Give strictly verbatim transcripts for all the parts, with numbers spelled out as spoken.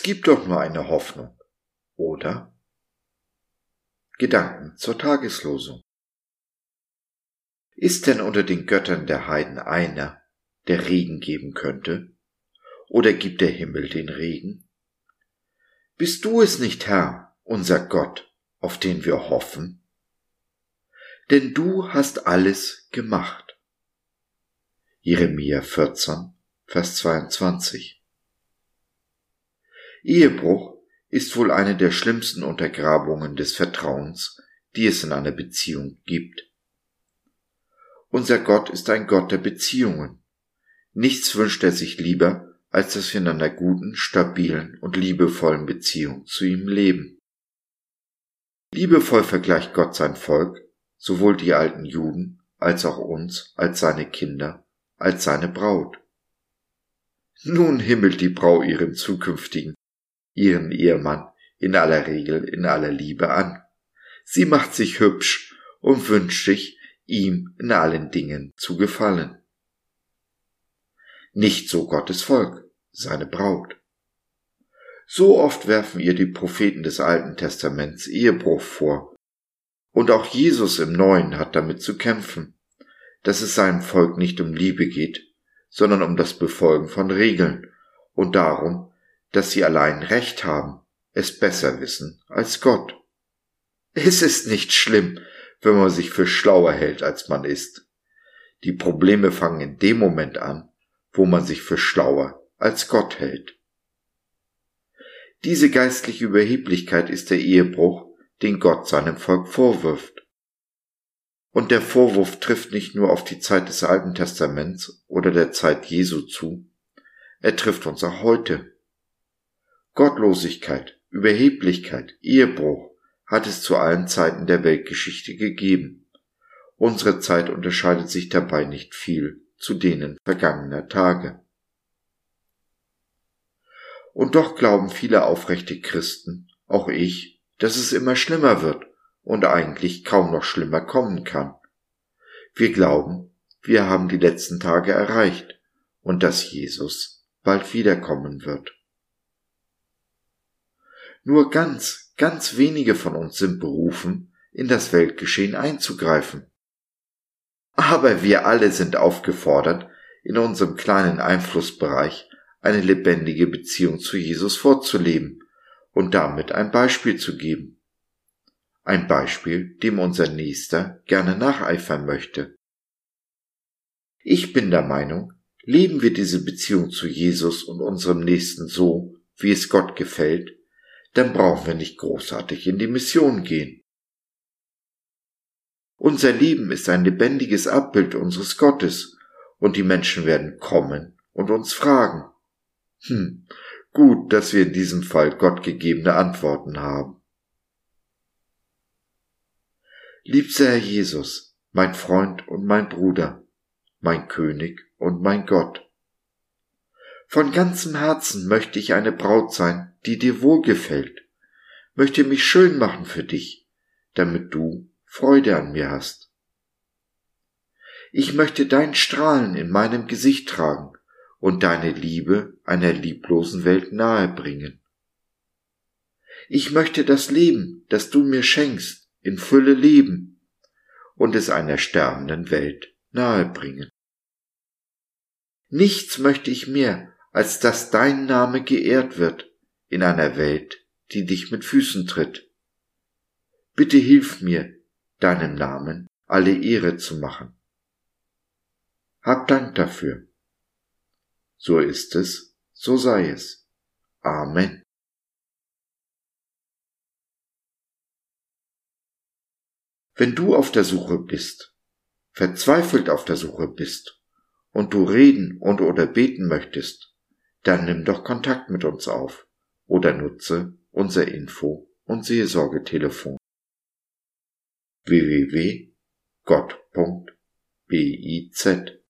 gibt doch nur eine Hoffnung, oder? Gedanken zur Tageslosung. Ist denn unter den Göttern der Heiden einer, der Regen geben könnte? Oder gibt der Himmel den Regen? Bist du es nicht, Herr, unser Gott, auf den wir hoffen? Denn du hast alles gemacht. Jeremia vierzehn, Vers zweiundzwanzig. Ehebruch ist wohl eine der schlimmsten Untergrabungen des Vertrauens, die es in einer Beziehung gibt. Unser Gott ist ein Gott der Beziehungen. Nichts wünscht er sich lieber, als dass wir in einer guten, stabilen und liebevollen Beziehung zu ihm leben. Liebevoll vergleicht Gott sein Volk, sowohl die alten Juden als auch uns, als seine Kinder, als seine Braut. Nun himmelt die Braut ihren zukünftigen, ihren Ehemann in aller Regel in aller Liebe an. Sie macht sich hübsch und wünscht sich, ihm in allen Dingen zu gefallen. Nicht so Gottes Volk, seine Braut. So oft werfen ihr die Propheten des Alten Testaments Ehebruch vor. Und auch Jesus im Neuen hat damit zu kämpfen, dass es seinem Volk nicht um Liebe geht, sondern um das Befolgen von Regeln und darum, dass sie allein Recht haben, es besser wissen als Gott. Es ist nicht schlimm, wenn man sich für schlauer hält, als man ist. Die Probleme fangen in dem Moment an, wo man sich für schlauer als Gott hält. Diese geistliche Überheblichkeit ist der Ehebruch, den Gott seinem Volk vorwirft. Und der Vorwurf trifft nicht nur auf die Zeit des Alten Testaments oder der Zeit Jesu zu, er trifft uns auch heute. Gottlosigkeit, Überheblichkeit, Ehebruch hat es zu allen Zeiten der Weltgeschichte gegeben. Unsere Zeit unterscheidet sich dabei nicht viel zu denen vergangener Tage. Und doch glauben viele aufrechte Christen, auch ich, dass es immer schlimmer wird und eigentlich kaum noch schlimmer kommen kann. Wir glauben, wir haben die letzten Tage erreicht und dass Jesus bald wiederkommen wird. Nur ganz, ganz wenige von uns sind berufen, in das Weltgeschehen einzugreifen. Aber wir alle sind aufgefordert, in unserem kleinen Einflussbereich eine lebendige Beziehung zu Jesus vorzuleben und damit ein Beispiel zu geben. Ein Beispiel, dem unser Nächster gerne nacheifern möchte. Ich bin der Meinung, leben wir diese Beziehung zu Jesus und unserem Nächsten so, wie es Gott gefällt, dann brauchen wir nicht großartig in die Mission gehen. Unser Leben ist ein lebendiges Abbild unseres Gottes und die Menschen werden kommen und uns fragen. Hm, gut, dass wir in diesem Fall gottgegebene Antworten haben. Liebster Herr Jesus, mein Freund und mein Bruder, mein König und mein Gott. Von ganzem Herzen möchte ich eine Braut sein, die dir wohlgefällt, möchte mich schön machen für dich, damit du Freude an mir hast. Ich möchte dein Strahlen in meinem Gesicht tragen und deine Liebe einer lieblosen Welt nahebringen. Ich möchte das Leben, das du mir schenkst, in Fülle leben und es einer sterbenden Welt nahebringen. Nichts möchte ich mehr, als dass dein Name geehrt wird in einer Welt, die dich mit Füßen tritt. Bitte hilf mir, deinem Namen alle Ehre zu machen. Hab Dank dafür. So ist es, so sei es. Amen. Wenn du auf der Suche bist, verzweifelt auf der Suche bist und du reden und oder beten möchtest, dann nimm doch Kontakt mit uns auf oder nutze unser Info- und Seelsorgetelefon w w w punkt gott punkt biz.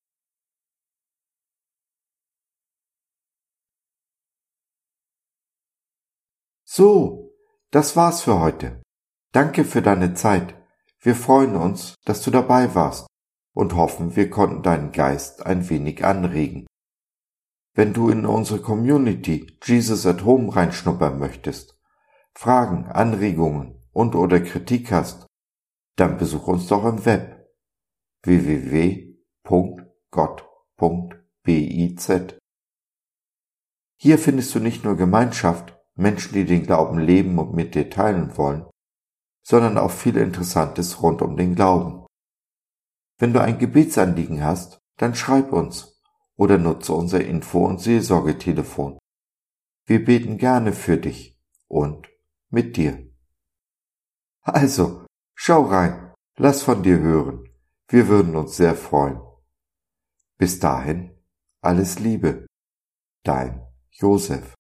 So, das war's für heute. Danke für deine Zeit. Wir freuen uns, dass du dabei warst und hoffen, wir konnten deinen Geist ein wenig anregen. Wenn du in unsere Community Jesus at Home reinschnuppern möchtest, Fragen, Anregungen und oder Kritik hast, dann besuch uns doch im Web w w w punkt gott punkt biz. Hier findest du nicht nur Gemeinschaft, Menschen, die den Glauben leben und mit dir teilen wollen, sondern auch viel Interessantes rund um den Glauben. Wenn du ein Gebetsanliegen hast, dann schreib uns oder nutze unser Info- und Seelsorgetelefon. Wir beten gerne für dich und mit dir. Also, schau rein, lass von dir hören. Wir würden uns sehr freuen. Bis dahin, alles Liebe. Dein Josef.